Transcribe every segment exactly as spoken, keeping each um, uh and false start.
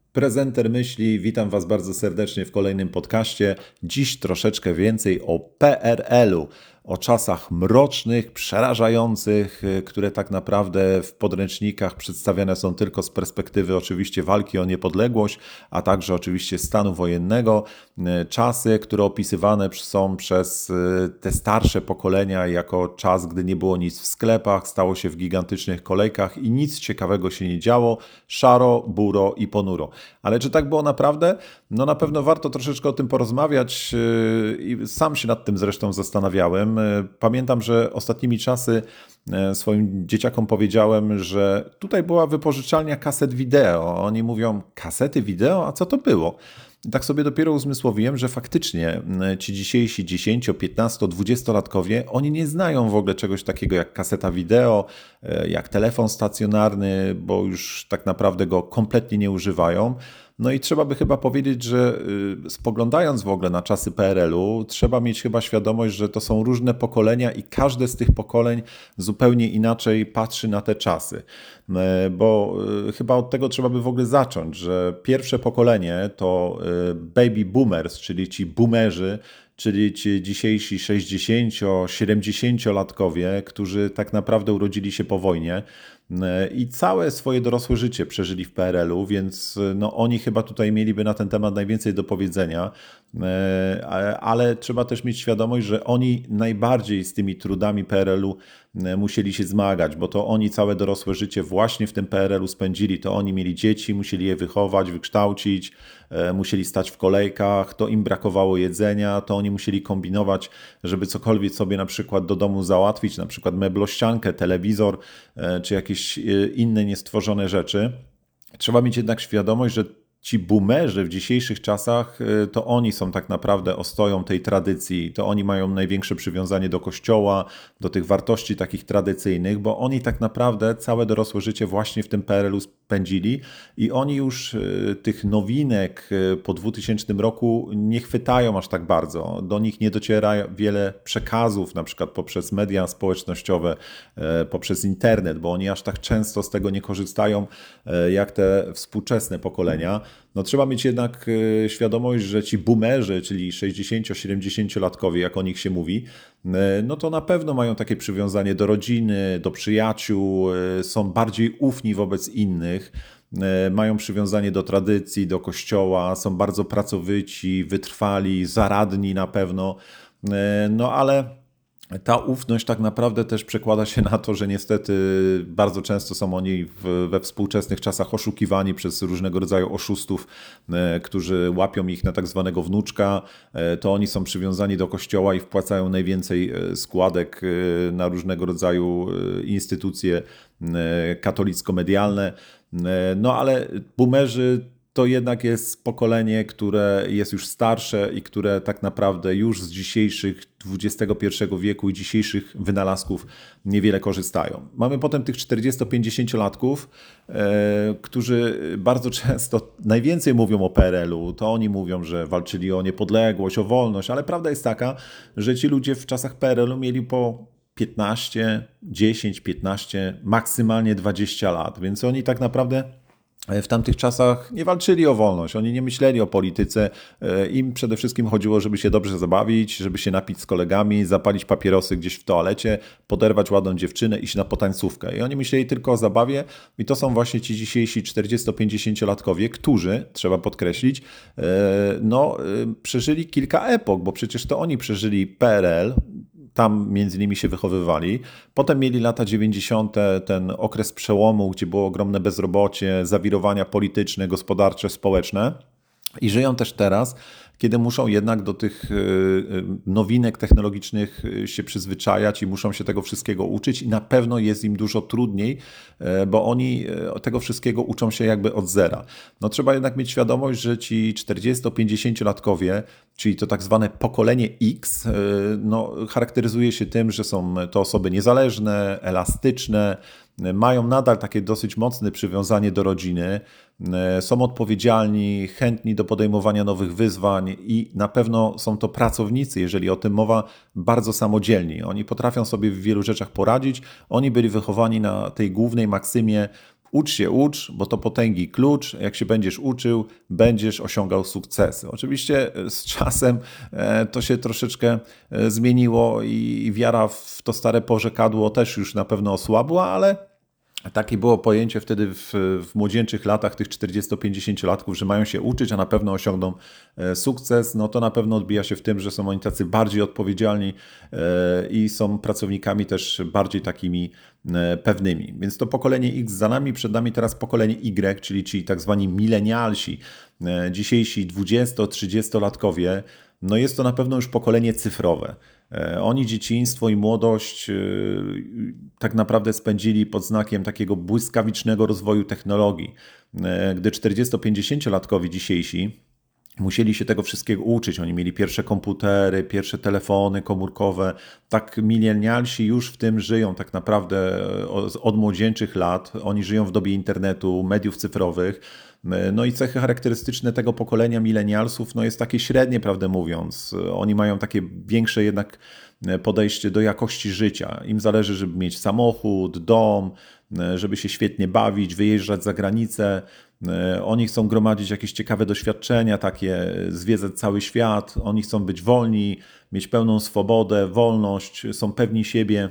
Prezenter myśli, witam Was bardzo serdecznie w kolejnym podcaście. Dziś troszeczkę więcej o P R L-u, o czasach mrocznych, przerażających, które tak naprawdę w podręcznikach przedstawiane są tylko z perspektywy oczywiście walki o niepodległość, a także oczywiście stanu wojennego. Czasy, które opisywane są przez te starsze pokolenia jako czas, gdy nie było nic w sklepach, stało się w gigantycznych kolejkach i nic ciekawego się nie działo, szaro, buro i ponuro. Ale czy tak było naprawdę? No na pewno warto troszeczkę o tym porozmawiać i sam się nad tym zresztą zastanawiałem. Pamiętam, że ostatnimi czasy swoim dzieciakom powiedziałem, że tutaj była wypożyczalnia kaset wideo. Oni mówią, kasety wideo? A co to było? I tak sobie dopiero uzmysłowiłem, że faktycznie ci dzisiejsi dziesięcio-, piętnasto-, dwudziestolatkowie, oni nie znają w ogóle czegoś takiego jak kaseta wideo, jak telefon stacjonarny, bo już tak naprawdę go kompletnie nie używają. No i trzeba by chyba powiedzieć, że spoglądając w ogóle na czasy P R L-u, trzeba mieć chyba świadomość, że to są różne pokolenia i każde z tych pokoleń zupełnie inaczej patrzy na te czasy. Bo chyba od tego trzeba by w ogóle zacząć, że pierwsze pokolenie to baby boomers, czyli ci boomerzy, czyli ci dzisiejsi sześćdziesięcio-, siedemdziesięciolatkowie, którzy tak naprawdę urodzili się po wojnie i całe swoje dorosłe życie przeżyli w P R L-u, więc no, oni chyba tutaj mieliby na ten temat najwięcej do powiedzenia, ale trzeba też mieć świadomość, że oni najbardziej z tymi trudami P R L-u musieli się zmagać, bo to oni całe dorosłe życie właśnie w tym P R L-u spędzili, to oni mieli dzieci, musieli je wychować, wykształcić, musieli stać w kolejkach, to im brakowało jedzenia, to oni musieli kombinować, żeby cokolwiek sobie na przykład do domu załatwić, na przykład meblościankę, telewizor, czy jakieś inne niestworzone rzeczy. Trzeba mieć jednak świadomość, że ci boomerzy w dzisiejszych czasach, to oni są tak naprawdę ostoją tej tradycji, to oni mają największe przywiązanie do kościoła, do tych wartości takich tradycyjnych, bo oni tak naprawdę całe dorosłe życie właśnie w tym P R L-u spędzili i oni już tych nowinek po dwutysięcznym roku nie chwytają aż tak bardzo. Do nich nie dociera wiele przekazów, na przykład poprzez media społecznościowe, poprzez internet, bo oni aż tak często z tego nie korzystają jak te współczesne pokolenia. No trzeba mieć jednak świadomość, że ci boomerzy, czyli sześćdziesięcio-siedemdziesięciolatkowie, jak o nich się mówi, no to na pewno mają takie przywiązanie do rodziny, do przyjaciół, są bardziej ufni wobec innych, mają przywiązanie do tradycji, do kościoła, są bardzo pracowici, wytrwali, zaradni na pewno, no ale ta ufność tak naprawdę też przekłada się na to, że niestety bardzo często są oni w, we współczesnych czasach oszukiwani przez różnego rodzaju oszustów, którzy łapią ich na tak zwanego wnuczka. To oni są przywiązani do kościoła i wpłacają najwięcej składek na różnego rodzaju instytucje katolicko-medialne. No ale boomerzy to jednak jest pokolenie, które jest już starsze i które tak naprawdę już z dzisiejszych dwudziestego pierwszego wieku i dzisiejszych wynalazków niewiele korzystają. Mamy potem tych czterdziesto-pięćdziesięciolatków, e, którzy bardzo często najwięcej mówią o P R L-u. To oni mówią, że walczyli o niepodległość, o wolność, ale prawda jest taka, że ci ludzie w czasach P R L-u mieli po piętnaście, dziesięć, piętnaście, maksymalnie dwadzieścia lat, więc oni tak naprawdę w tamtych czasach nie walczyli o wolność, oni nie myśleli o polityce, im przede wszystkim chodziło, żeby się dobrze zabawić, żeby się napić z kolegami, zapalić papierosy gdzieś w toalecie, poderwać ładną dziewczynę, iść na potańcówkę. I oni myśleli tylko o zabawie i to są właśnie ci dzisiejsi czterdziesto-pięćdziesięciolatkowie, którzy, trzeba podkreślić, no, przeżyli kilka epok, bo przecież to oni przeżyli P R L, tam między innymi się wychowywali. Potem mieli lata dziewięćdziesiąte, ten okres przełomu, gdzie było ogromne bezrobocie, zawirowania polityczne, gospodarcze, społeczne. I żyją też teraz, kiedy muszą jednak do tych nowinek technologicznych się przyzwyczajać i muszą się tego wszystkiego uczyć i na pewno jest im dużo trudniej, bo oni tego wszystkiego uczą się jakby od zera. No trzeba jednak mieć świadomość, że ci czterdziesto-pięćdziesięciolatkowie, czyli to tak zwane pokolenie X, no, charakteryzuje się tym, że są to osoby niezależne, elastyczne, mają nadal takie dosyć mocne przywiązanie do rodziny, są odpowiedzialni, chętni do podejmowania nowych wyzwań i na pewno są to pracownicy, jeżeli o tym mowa, bardzo samodzielni. Oni potrafią sobie w wielu rzeczach poradzić. Oni byli wychowani na tej głównej maksymie ucz się, ucz, bo to potęgi klucz. Jak się będziesz uczył, będziesz osiągał sukcesy. Oczywiście z czasem to się troszeczkę zmieniło i wiara w to stare porzekadło też już na pewno osłabła, ale takie było pojęcie wtedy w, w młodzieńczych latach tych czterdziesto-pięćdziesięciolatków, że mają się uczyć, a na pewno osiągną sukces. No to na pewno odbija się w tym, że są oni tacy bardziej odpowiedzialni i są pracownikami też bardziej takimi pewnymi. Więc to pokolenie X za nami, przed nami teraz pokolenie Y, czyli ci tak zwani milenialsi, dzisiejsi dwudziesto-trzydziestolatkowie. No jest to na pewno już pokolenie cyfrowe. Oni dzieciństwo i młodość tak naprawdę spędzili pod znakiem takiego błyskawicznego rozwoju technologii, gdy czterdziesto-pięćdziesięciolatkowie dzisiejsi musieli się tego wszystkiego uczyć. Oni mieli pierwsze komputery, pierwsze telefony komórkowe. Tak milenialsi już w tym żyją tak naprawdę od młodzieńczych lat. Oni żyją w dobie internetu, mediów cyfrowych. No i cechy charakterystyczne tego pokolenia milenialsów no jest takie średnie, prawdę mówiąc. Oni mają takie większe jednak podejście do jakości życia. Im zależy, żeby mieć samochód, dom, żeby się świetnie bawić, wyjeżdżać za granicę. Oni chcą gromadzić jakieś ciekawe doświadczenia, takie zwiedzać cały świat. Oni chcą być wolni, mieć pełną swobodę, wolność, są pewni siebie.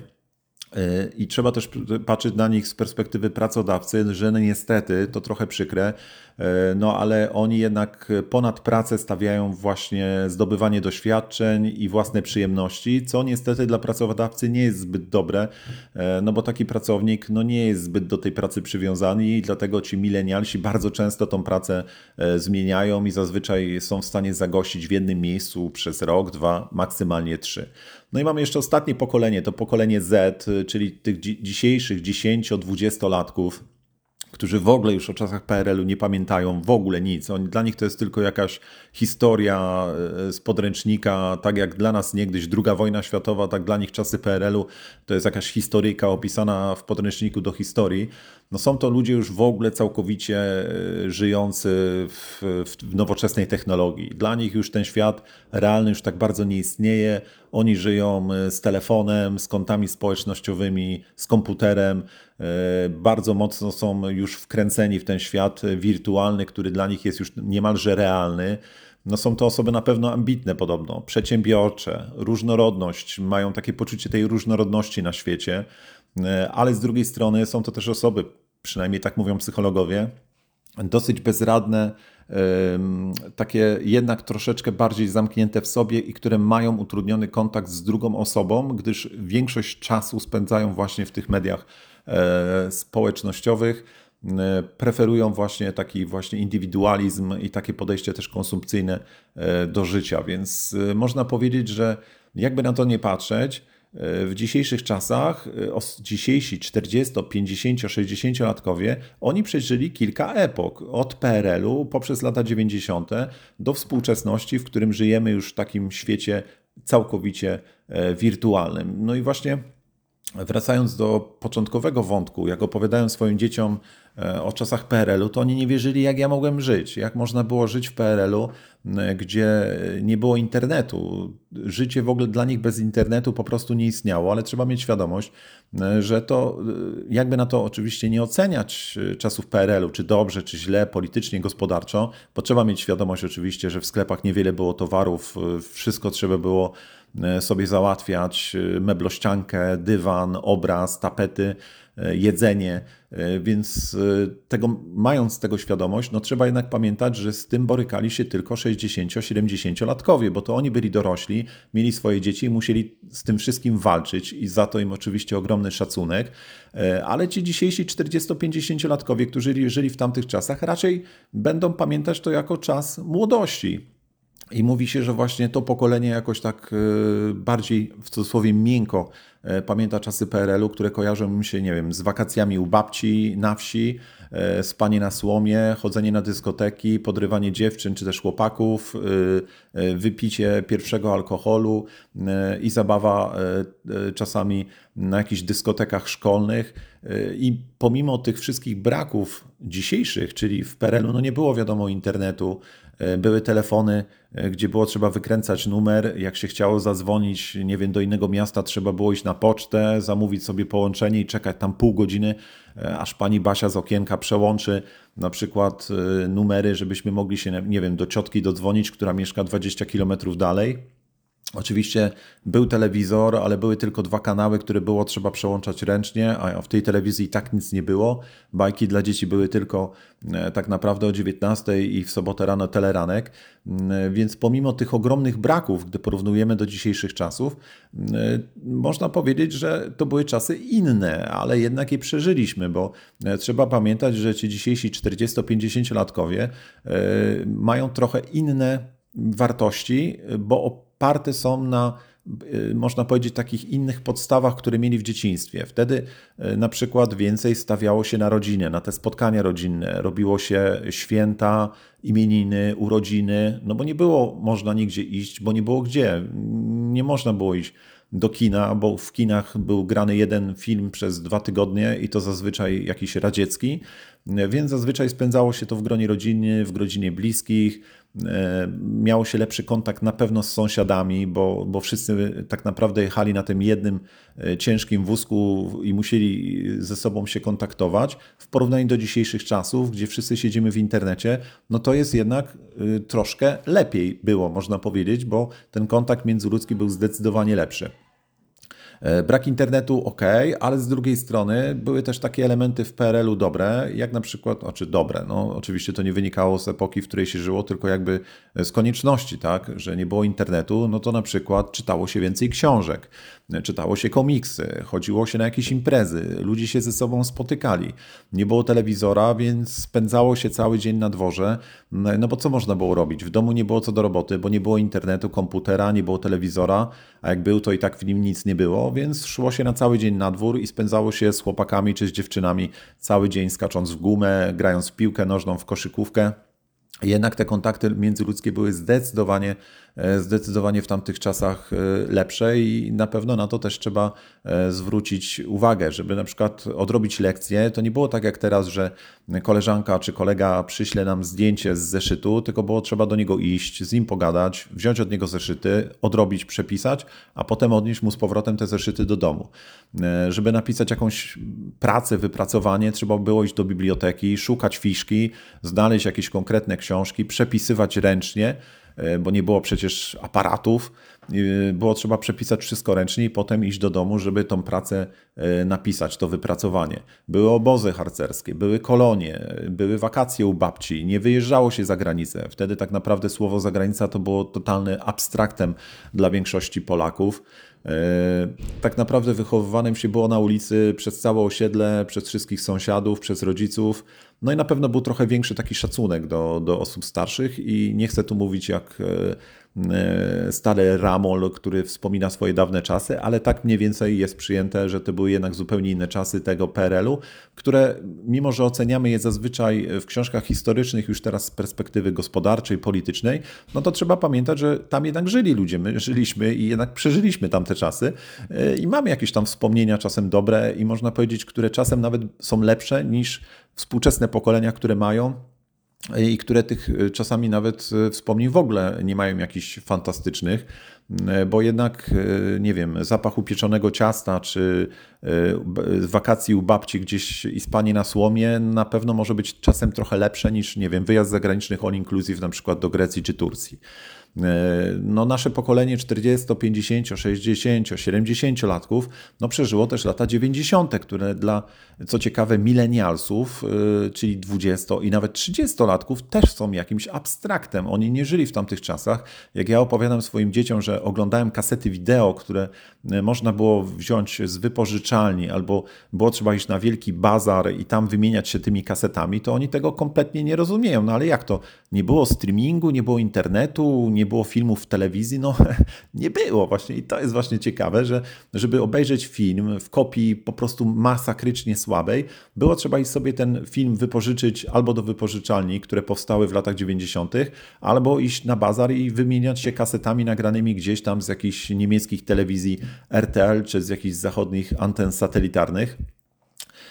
I trzeba też patrzeć na nich z perspektywy pracodawcy, że no niestety, to trochę przykre, no ale oni jednak ponad pracę stawiają właśnie zdobywanie doświadczeń i własne przyjemności, co niestety dla pracodawcy nie jest zbyt dobre, no bo taki pracownik no nie jest zbyt do tej pracy przywiązany i dlatego ci milenialsi bardzo często tą pracę zmieniają i zazwyczaj są w stanie zagościć w jednym miejscu przez rok, dwa, maksymalnie trzy. No i mamy jeszcze ostatnie pokolenie, to pokolenie Z, czyli tych dzisiejszych dziesięcio-dwudziestolatków, którzy w ogóle już o czasach P R L u nie pamiętają w ogóle nic. Oni, dla nich to jest tylko jakaś historia z podręcznika, tak jak dla nas niegdyś druga wojna światowa, tak dla nich czasy P R L u to jest jakaś historyjka opisana w podręczniku do historii. No są to ludzie już w ogóle całkowicie żyjący w, w nowoczesnej technologii. Dla nich już ten świat realny już tak bardzo nie istnieje. Oni żyją z telefonem, z kontami społecznościowymi, z komputerem. Bardzo mocno są już wkręceni w ten świat wirtualny, który dla nich jest już niemalże realny. No są to osoby na pewno ambitne podobno, przedsiębiorcze, różnorodność, mają takie poczucie tej różnorodności na świecie, ale z drugiej strony są to też osoby, przynajmniej tak mówią psychologowie, dosyć bezradne, takie jednak troszeczkę bardziej zamknięte w sobie i które mają utrudniony kontakt z drugą osobą, gdyż większość czasu spędzają właśnie w tych mediach społecznościowych, preferują właśnie taki właśnie indywidualizm i takie podejście też konsumpcyjne do życia, więc można powiedzieć, że jakby na to nie patrzeć, w dzisiejszych czasach dzisiejsi czterdziesto-, pięćdziesięcio-, sześćdziesięciolatkowie, oni przeżyli kilka epok, od P R L u poprzez lata dziewięćdziesiąte do współczesności, w którym żyjemy już w takim świecie całkowicie wirtualnym. No i właśnie wracając do początkowego wątku, jak opowiadałem swoim dzieciom o czasach P R L u, to oni nie wierzyli, jak ja mogłem żyć. Jak można było żyć w P R L u, gdzie nie było internetu. Życie w ogóle dla nich bez internetu po prostu nie istniało, ale trzeba mieć świadomość, że to, jakby na to oczywiście nie oceniać czasów P R L u, czy dobrze, czy źle, politycznie, gospodarczo, bo trzeba mieć świadomość oczywiście, że w sklepach niewiele było towarów, wszystko trzeba było sobie załatwiać, meblościankę, dywan, obraz, tapety, jedzenie, więc tego, mając tego świadomość, no trzeba jednak pamiętać, że z tym borykali się tylko sześćdziesięcio-siedemdziesięciolatkowie, bo to oni byli dorośli, mieli swoje dzieci i musieli z tym wszystkim walczyć i za to im oczywiście ogromny szacunek, ale ci dzisiejsi czterdziesto-pięćdziesięciolatkowie, którzy żyli w tamtych czasach, raczej będą pamiętać to jako czas młodości. I mówi się, że właśnie to pokolenie jakoś tak bardziej, w cudzysłowie, miękko pamięta czasy P R L u, które kojarzą mi się, nie wiem, z wakacjami u babci na wsi, spanie na słomie, chodzenie na dyskoteki, podrywanie dziewczyn czy też chłopaków, wypicie pierwszego alkoholu i zabawa czasami na jakichś dyskotekach szkolnych. I pomimo tych wszystkich braków dzisiejszych, czyli w P R L u no nie było wiadomo internetu, były telefony, gdzie było trzeba wykręcać numer, jak się chciało zadzwonić, nie wiem, do innego miasta, trzeba było iść na pocztę, zamówić sobie połączenie i czekać tam pół godziny, aż pani Basia z okienka przełączy na przykład numery, żebyśmy mogli się, nie wiem, do ciotki dodzwonić, która mieszka dwadzieścia kilometrów dalej. Oczywiście był telewizor, ale były tylko dwa kanały, które było trzeba przełączać ręcznie, a w tej telewizji i tak nic nie było. Bajki dla dzieci były tylko tak naprawdę o dziewiętnastej i w sobotę rano teleranek, więc pomimo tych ogromnych braków, gdy porównujemy do dzisiejszych czasów, można powiedzieć, że to były czasy inne, ale jednak je przeżyliśmy, bo trzeba pamiętać, że ci dzisiejsi czterdziesto-pięćdziesięciolatkowie mają trochę inne wartości, bo oparte są na, można powiedzieć, takich innych podstawach, które mieli w dzieciństwie. Wtedy na przykład więcej stawiało się na rodzinę, na te spotkania rodzinne, robiło się święta, imieniny, urodziny, no bo nie było można nigdzie iść, bo nie było gdzie. Nie można było iść do kina, bo w kinach był grany jeden film przez dwa tygodnie i to zazwyczaj jakiś radziecki, więc zazwyczaj spędzało się to w gronie rodziny, w gronie bliskich, miało się lepszy kontakt na pewno z sąsiadami, bo, bo wszyscy tak naprawdę jechali na tym jednym ciężkim wózku i musieli ze sobą się kontaktować. W porównaniu do dzisiejszych czasów, gdzie wszyscy siedzimy w internecie, no to jest jednak troszkę lepiej było, można powiedzieć, bo ten kontakt międzyludzki był zdecydowanie lepszy. Brak internetu ok, ale z drugiej strony były też takie elementy w P R L u dobre, jak na przykład, znaczy dobre, no oczywiście to nie wynikało z epoki, w której się żyło, tylko jakby z konieczności, tak, że nie było internetu, no to na przykład czytało się więcej książek, czytało się komiksy, chodziło się na jakieś imprezy, ludzie się ze sobą spotykali. Nie było telewizora, więc spędzało się cały dzień na dworze, no bo co można było robić? W domu nie było co do roboty, bo nie było internetu, komputera, nie było telewizora, a jak był, to i tak w nim nic nie było, więc szło się na cały dzień na dwór i spędzało się z chłopakami czy z dziewczynami cały dzień skacząc w gumę, grając w piłkę nożną, w koszykówkę. Jednak te kontakty międzyludzkie były zdecydowanie, zdecydowanie w tamtych czasach lepsze i na pewno na to też trzeba zwrócić uwagę, żeby na przykład odrobić lekcję. To nie było tak jak teraz, że koleżanka czy kolega przyśle nam zdjęcie z zeszytu, tylko było trzeba do niego iść, z nim pogadać, wziąć od niego zeszyty, odrobić, przepisać, a potem odnieść mu z powrotem te zeszyty do domu. Żeby napisać jakąś pracę, wypracowanie, trzeba było iść do biblioteki, szukać fiszki, znaleźć jakieś konkretne książki, przepisywać ręcznie, bo nie było przecież aparatów. Było trzeba przepisać wszystko ręcznie i potem iść do domu, żeby tą pracę napisać, to wypracowanie. Były obozy harcerskie, były kolonie, były wakacje u babci, nie wyjeżdżało się za granicę. Wtedy tak naprawdę słowo zagranica to było totalnym abstraktem dla większości Polaków. Tak naprawdę wychowywanym się było na ulicy przez całe osiedle, przez wszystkich sąsiadów, przez rodziców. No i na pewno był trochę większy taki szacunek do, do osób starszych i nie chcę tu mówić jak stary Ramol, który wspomina swoje dawne czasy, ale tak mniej więcej jest przyjęte, że to były jednak zupełnie inne czasy tego P R L u, które mimo, że oceniamy je zazwyczaj w książkach historycznych już teraz z perspektywy gospodarczej, politycznej, no to trzeba pamiętać, że tam jednak żyli ludzie, my żyliśmy i jednak przeżyliśmy tamte czasy i mamy jakieś tam wspomnienia czasem dobre i można powiedzieć, które czasem nawet są lepsze niż współczesne pokolenia, które mają i które tych czasami nawet wspomnień w ogóle nie mają jakichś fantastycznych, bo jednak, nie wiem, zapach upieczonego ciasta czy wakacji u babci gdzieś i spanie na słomie na pewno może być czasem trochę lepsze niż, nie wiem, wyjazd zagranicznych all inclusive na przykład do Grecji czy Turcji. No nasze pokolenie czterdziesto, pięćdziesiąt, sześćdziesiąt, siedemdziesięciolatków no przeżyło też lata dziewięćdziesiąte, które dla, co ciekawe, milenialsów, czyli dwudziesto i nawet trzydziestolatków też są jakimś abstraktem. Oni nie żyli w tamtych czasach. Jak ja opowiadam swoim dzieciom, że oglądałem kasety wideo, które można było wziąć z wypożyczalni albo było trzeba iść na wielki bazar i tam wymieniać się tymi kasetami, to oni tego kompletnie nie rozumieją. No ale jak to? Nie było streamingu, nie było internetu, nie było filmów w telewizji? No nie było właśnie i to jest właśnie ciekawe, że żeby obejrzeć film w kopii po prostu masakrycznie słabej, było trzeba iść sobie ten film wypożyczyć albo do wypożyczalni, które powstały w latach dziewięćdziesiątych, albo iść na bazar i wymieniać się kasetami nagranymi gdzieś tam z jakichś niemieckich telewizji R T L czy z jakichś zachodnich anten satelitarnych.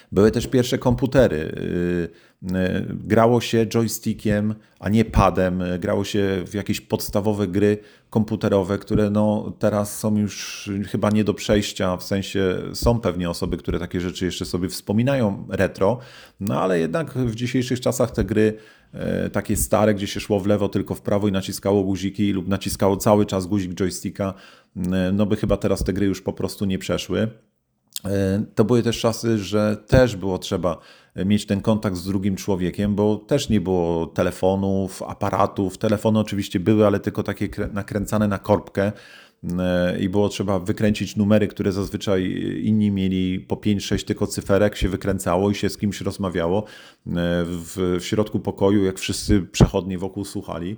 Były też pierwsze komputery. Grało się joystickiem, a nie padem. Grało się w jakieś podstawowe gry komputerowe, które no teraz są już chyba nie do przejścia, w sensie są pewnie osoby, które takie rzeczy jeszcze sobie wspominają retro, no ale jednak w dzisiejszych czasach te gry takie stare, gdzie się szło w lewo, tylko w prawo i naciskało guziki lub naciskało cały czas guzik joysticka, no by chyba teraz te gry już po prostu nie przeszły. To były też czasy, że też było trzeba mieć ten kontakt z drugim człowiekiem, bo też nie było telefonów, aparatów. Telefony oczywiście były, ale tylko takie nakręcane na korbkę i było trzeba wykręcić numery, które zazwyczaj inni mieli po pięć sześć tylko cyferek, się wykręcało i się z kimś rozmawiało w, w środku pokoju, jak wszyscy przechodni wokół słuchali.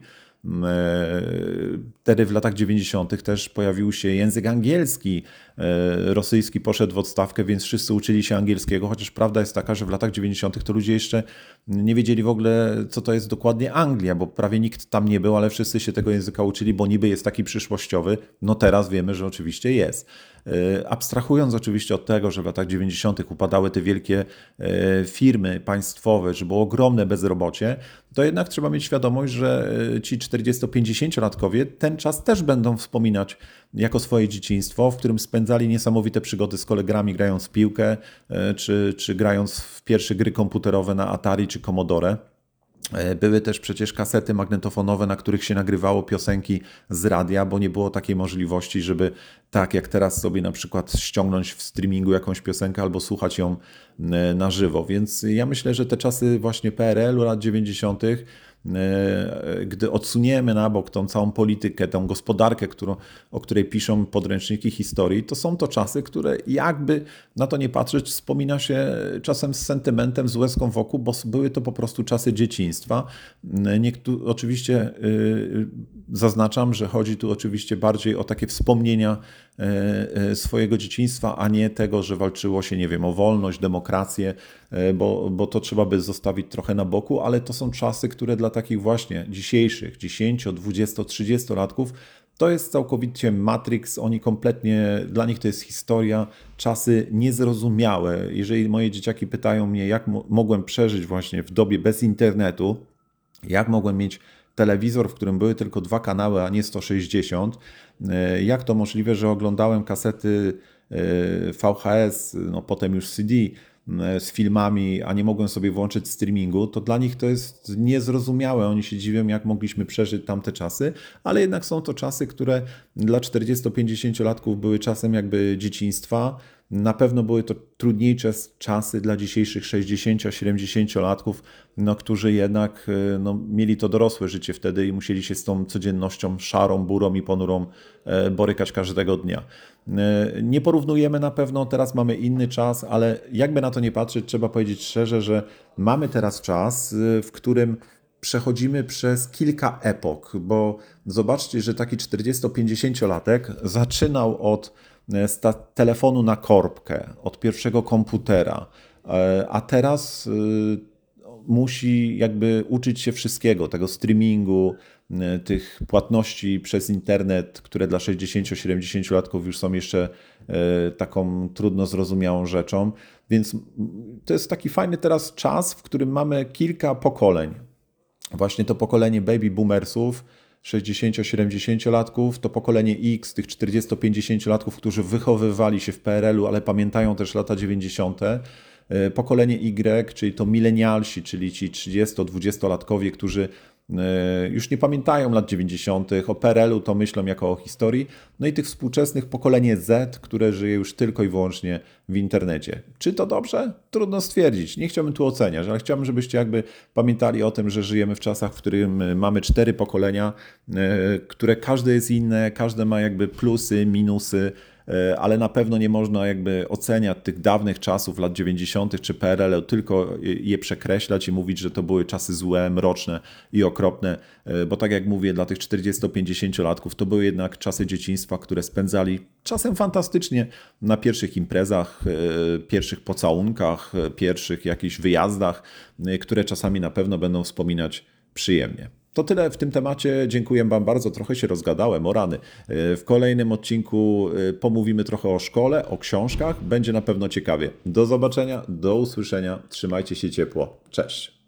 Wtedy w latach dziewięćdziesiątych też pojawił się język angielski. Rosyjski poszedł w odstawkę, więc wszyscy uczyli się angielskiego, chociaż prawda jest taka, że w latach dziewięćdziesiątych to ludzie jeszcze nie wiedzieli w ogóle, co to jest dokładnie Anglia, bo prawie nikt tam nie był, ale wszyscy się tego języka uczyli, bo niby jest taki przyszłościowy. No teraz wiemy, że oczywiście jest. Abstrahując oczywiście od tego, że w latach dziewięćdziesiątych upadały te wielkie firmy państwowe, że było ogromne bezrobocie, to jednak trzeba mieć świadomość, że ci czterdziesto-pięćdziesięciolatkowie ten czas też będą wspominać jako swoje dzieciństwo, w którym spędzali niesamowite przygody z kolegami, grając w piłkę, czy, czy grając w pierwsze gry komputerowe na Atari czy Commodore. Były też przecież kasety magnetofonowe, na których się nagrywało piosenki z radia, bo nie było takiej możliwości, żeby tak jak teraz sobie na przykład ściągnąć w streamingu jakąś piosenkę albo słuchać ją na żywo. Więc ja myślę, że te czasy właśnie P R L-u lat dziewięćdziesiątych, gdy odsuniemy na bok tą całą politykę, tą gospodarkę, którą, o której piszą podręczniki historii, to są to czasy, które jakby na to nie patrzeć, wspomina się czasem z sentymentem, z łezką wokół, bo były to po prostu czasy dzieciństwa. Niektó- oczywiście yy, zaznaczam, że chodzi tu oczywiście bardziej o takie wspomnienia yy, swojego dzieciństwa, a nie tego, że walczyło się, nie wiem, o wolność, demokrację, yy, bo, bo to trzeba by zostawić trochę na boku, ale to są czasy, które dla takich właśnie dzisiejszych dziesięcio-, dwudziesto-, trzydziestolatków to jest całkowicie Matrix, oni kompletnie, dla nich to jest historia, czasy niezrozumiałe. Jeżeli moje dzieciaki pytają mnie, jak mo- mogłem przeżyć właśnie w dobie bez internetu, jak mogłem mieć telewizor, w którym były tylko dwa kanały, a nie sto sześćdziesiąt, jak to możliwe, że oglądałem kasety V H S, no potem już C D, z filmami, a nie mogłem sobie włączyć streamingu, to dla nich to jest niezrozumiałe. Oni się dziwią, jak mogliśmy przeżyć tamte czasy, ale jednak są to czasy, które dla czterdziesto-pięćdziesięciolatków były czasem jakby dzieciństwa. Na pewno były to trudniejsze czasy dla dzisiejszych sześćdziesięcio-siedemdziesięciolatków, no, którzy jednak no, mieli to dorosłe życie wtedy i musieli się z tą codziennością szarą, burą i ponurą borykać każdego dnia. Nie porównujemy na pewno, teraz mamy inny czas, ale jakby na to nie patrzeć, trzeba powiedzieć szczerze, że mamy teraz czas, w którym przechodzimy przez kilka epok, bo zobaczcie, że taki czterdziesto-pięćdziesięciolatek zaczynał od telefonu na korbkę, od pierwszego komputera, a teraz musi jakby uczyć się wszystkiego, tego streamingu, tych płatności przez internet, które dla sześćdziesięcio-siedemdziesięciolatków już są jeszcze taką trudno zrozumiałą rzeczą. Więc to jest taki fajny teraz czas, w którym mamy kilka pokoleń. Właśnie to pokolenie baby boomersów, sześćdziesięcio-siedemdziesięciolatków, to pokolenie X, tych czterdziesto-pięćdziesięciolatków, którzy wychowywali się w P R L-u, ale pamiętają też lata dziewięćdziesiąte. Pokolenie Y, czyli to milenialsi, czyli ci trzydziesto-dwudziestolatkowie, którzy już nie pamiętają lat dziewięćdziesiątych, o P R L-u to myślą jako o historii. No i tych współczesnych pokolenie Z, które żyje już tylko i wyłącznie w internecie. Czy to dobrze? Trudno stwierdzić. Nie chciałbym tu oceniać, ale chciałbym, żebyście jakby pamiętali o tym, że żyjemy w czasach, w którym mamy cztery pokolenia, które każde jest inne, każde ma jakby plusy, minusy, ale na pewno nie można jakby oceniać tych dawnych czasów, lat dziewięćdziesiątych czy P R L-u, tylko je przekreślać i mówić, że to były czasy złe, mroczne i okropne, bo tak jak mówię, dla tych czterdziesto-pięćdziesięciolatków to były jednak czasy dzieciństwa, które spędzali czasem fantastycznie na pierwszych imprezach, pierwszych pocałunkach, pierwszych jakichś wyjazdach, które czasami na pewno będą wspominać przyjemnie. To tyle w tym temacie. Dziękuję Wam bardzo. Trochę się rozgadałem, o rany. W kolejnym odcinku pomówimy trochę o szkole, o książkach. Będzie na pewno ciekawie. Do zobaczenia, do usłyszenia. Trzymajcie się ciepło. Cześć.